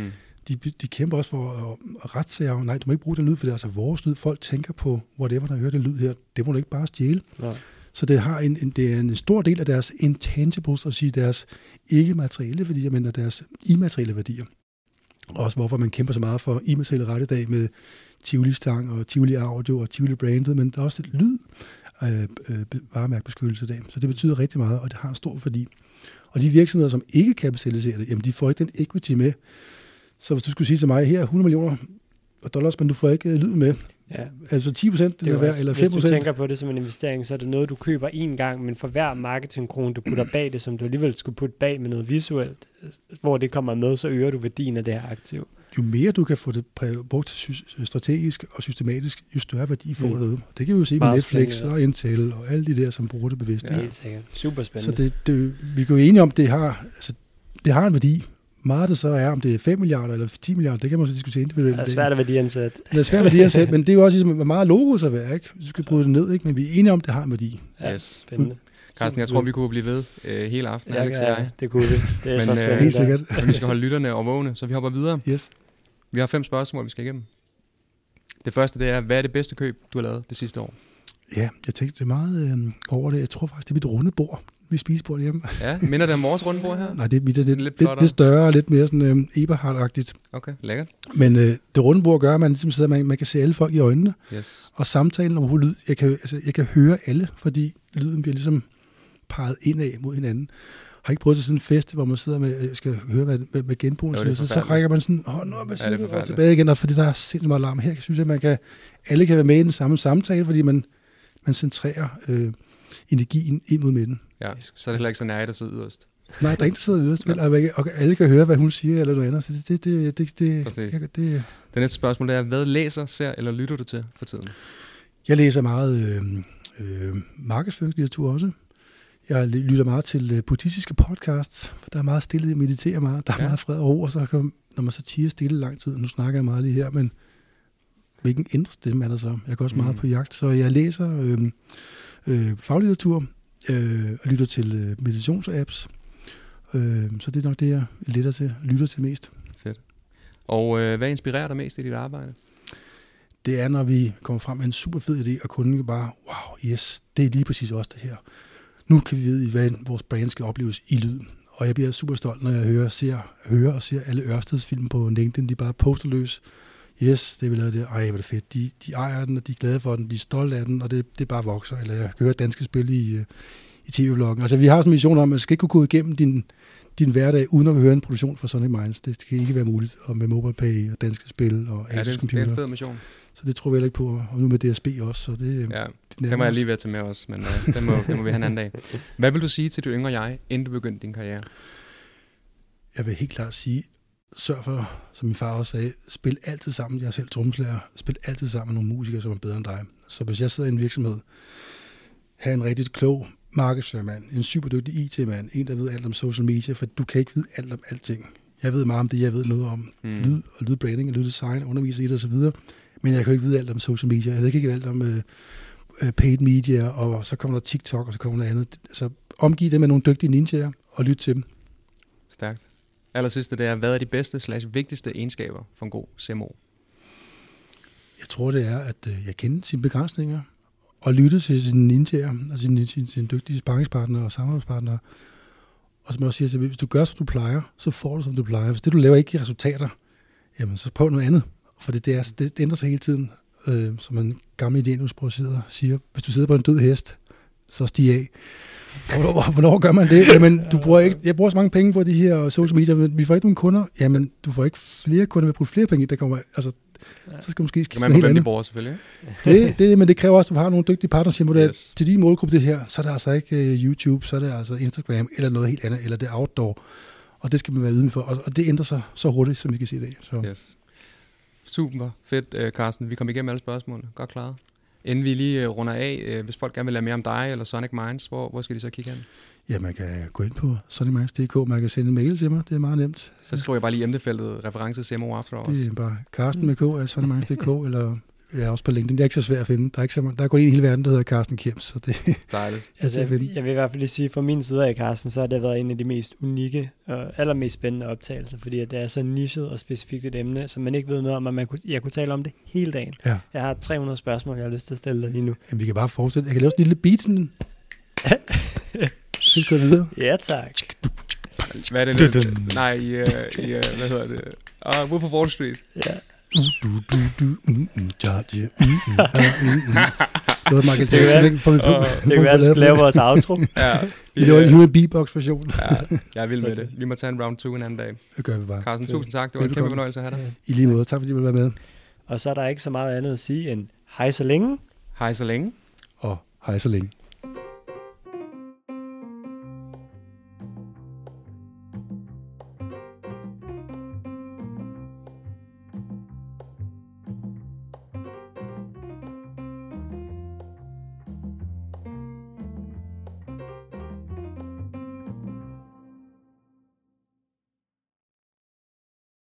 de kæmper også for at rette sig af, nej, du må ikke bruge den lyd, for det er altså vores lyd. Folk tænker på, whatever, der hører den lyd her, det må du ikke bare stjæle. Ja. Så det er en stor del af deres intangibles, at sige deres ikke-materielle værdier, men af deres immaterielle værdier. Også hvorfor man kæmper så meget for immaterielle ret i dag med Tivoli-stang og Tivoli-audio og Tivoli-brandet, men der er også et lyd varemærkebeskyttelse i dag. Så det betyder rigtig meget, og det har en stor værdi. Og de virksomheder, som ikke kapitaliserer det, jamen de får ikke den equity med. Så hvis du skulle sige til mig, her er $100 million, men du får ikke lyd med. Ja. Altså 10% eller 5%. Hvis du tænker på det som en investering, så er det noget, du køber én gang, men for hver marketingkrone, du putter bag det, som du alligevel skulle putte bag med noget visuelt, hvor det kommer med, så øger du værdien af det her aktiv. Jo mere du kan få det brugt strategisk og systematisk, jo større værdi får det. Det kan vi jo se med Netflix og Intel og alle de der, som bruger det bevidst. Ja, helt sikkert. Super spændende. Så vi går jo enige om, det har en værdi. Meget det så er, om det er 5 milliarder eller 10 milliarder, det kan man så diskutere individuelt. Det er svært at værdiansætte. Det er svært at værdiansætte, men det er jo også ligesom, hvor meget logo så er, ikke? Du skal bryde det ned, ikke? Men vi er enige om, det har en værdi. Ja, spændende. Carsten, jeg tror, vi kunne blive ved hele aftenen. Ja, det kunne vi. Det er så spændende. Helt sikkert. Vi skal holde lytterne og vågne, så vi hopper videre. Yes. Vi har 5 spørgsmål, vi skal igennem. Det første, det er, hvad er det bedste køb, du har lavet det sidste år? Ja, jeg tænkte meget over det. Jeg tror faktisk, det er mit runde bord. Vi spiser på det hjemme. Ja, minder det om vores runde bord her? Nej, det er lidt større og lidt mere sådan Eberhard-agtigt. Okay, lækkert. Men det runde bord gør, at man ligesom sidder, man kan se alle folk i øjnene. Yes. Og samtalen over lyd, jeg kan høre alle, fordi lyden bliver ligesom peget indad mod hinanden. Har ikke prøvet til sådan en fest, hvor man sidder med, skal høre, hvad genboen siger, så rækker man sådan, og tilbage igen, og fordi der er sindssygt meget larm. Her synes jeg, at alle kan være med i den samme samtale, fordi man centrerer energien ind mod midten. Ja, så er det heller ikke så nært at sidde yderst. Nej, der er ingen, der sidder yderst, og alle kan høre, hvad hun siger, eller noget andet. Så det næste spørgsmål er, hvad læser, ser eller lytter du til for tiden? Jeg læser meget markedsføringslitteratur også. Jeg lytter meget til buddhistiske podcasts, for der er meget stille, jeg mediterer meget, der er meget fred og ro, og så når man så tiger stille lang tid, nu snakker jeg meget lige her, men hvilken indre stemme er der så. Jeg går også meget på jagt, så jeg læser faglitteratur og lytter til meditationsapps. Så det er nok det, jeg lytter til mest. Fedt. Og hvad inspirerer dig mest i dit arbejde? Det er, når vi kommer frem med en super fed idé, og kunden bare, wow, yes, det er lige præcis også det her. Nu kan vi vide, hvad vores brand skal opleves i lyd. Og jeg bliver super stolt, når jeg hører og ser alle Ørsteds film på LinkedIn, de bare poster løs. Yes, det er vi lavet det. Ej, hvor er det fedt. De ejer den, og de er glade for den, de er stolte af den, og det bare vokser. Eller jeg hører danske spil i tv-vloggen. Altså, vi har sådan en mission om, at man skal ikke kunne gå igennem din hverdag, uden at høre en produktion fra Sonic Minds. Det skal ikke være muligt, og med MobilePay og danske spil og Asus computer. Det er en fed mission. Så det tror vi heller ikke på, og nu med DSB også. Så det må jeg lige være til med os, men det må vi have en anden dag. Hvad vil du sige til det yngre jeg, inden du begyndte din karriere? Jeg vil helt klart sige, sørg for, som min far også sagde, spil altid sammen. Jeg er selv trommeslager. Spil altid sammen med nogle musikere, som er bedre end dig. Så hvis jeg sidder i en virksomhed, have en rigtig klog markedsførermand, en super dygtig IT-mand, en, der ved alt om social media, for du kan ikke vide alt om alting. Jeg ved meget om det, jeg ved noget om lyd og lydbranding og lyddesign, underviser i det osv., men jeg kan ikke vide alt om social media. Jeg ved ikke alt om paid media, og så kommer der TikTok, og så kommer der andet. Så omgiv det med nogle dygtige ninjaer, og lyt til dem. Stærkt. Allersidste, det er, hvad er de bedste/vigtigste egenskaber for en god CMO? Jeg tror, det er, at jeg kender sine begrænsninger, og lytte til sine ninjaer, og sine dygtige sparringspartnere og samarbejdspartnere. Og som jeg også siger, hvis du gør, som du plejer, så får du, som du plejer. Hvis det, du laver, ikke giver resultater, jamen, så prøv noget andet. For det ændrer sig hele tiden. Som en gammel idénusproceder siger, hvis du sidder på en død hest, så stig af. Hvornår gør man det? Jamen, jeg bruger så mange penge på de her social media, men vi får ikke nogen kunder. Jamen, du får ikke flere kunder, vi bruger flere penge. Der kommer, altså, så skal du måske skifte noget helt andet. Bruger, selvfølgelig. Men det kræver også, at du har nogle dygtige partnership til din målgruppe det her. Så er det altså ikke YouTube, så er det altså Instagram, eller noget helt andet, eller det er outdoor. Og det skal man være uden for. Og det ændrer sig så hurtigt, som vi kan se i dag. Så. Yes. Super fedt, Carsten. Vi kom igennem alle spørgsmålene. Godt klaret. Inden vi lige runder af, hvis folk gerne vil lære mere om dig eller Sonic Minds, hvor skal de så kigge hen? Ja, man kan gå ind på sonicminds.dk, man kan sende en mail til mig, det er meget nemt. Så skriver jeg bare lige i emnefeltet reference til CMO After Hours. Det er bare Carsten med K af sonicminds.dk, eller jeg er også på LinkedIn. Det er ikke så svært at finde. Der er kun en i hele verden, der hedder Carsten Kjems, så det dejligt. Jeg vil i hvert fald lige sige, fra min side af, Carsten, så har det været en af de mest unikke og allermest spændende optagelser, fordi at det er så nichet og specifikt et emne, som man ikke ved noget om, og jeg kunne tale om det hele dagen. Ja. Jeg har 300 spørgsmål, jeg har lyst til at stille dig lige nu. Jamen, vi kan bare fortsætte. Jeg kan lave sådan en lille beat. Så vi går videre. Ja, tak. Hvad er det? Hvad hedder det? Wolf of Wall Street. Ja. Det var Michael Jackson, ikke? Det kan være, at vi skal lave vores outro. Vi laver en beatbox-version. Jeg er vild med det. Vi må tage en round 2 en anden dag. Det gør vi bare. Carsten, tusind tak. Det var en kæmpe fornøjelse at have dig. I lige måde. Tak fordi du ville være med. Og så er der ikke så meget andet at sige end hej så længe. Hej så længe. Og hej så længe.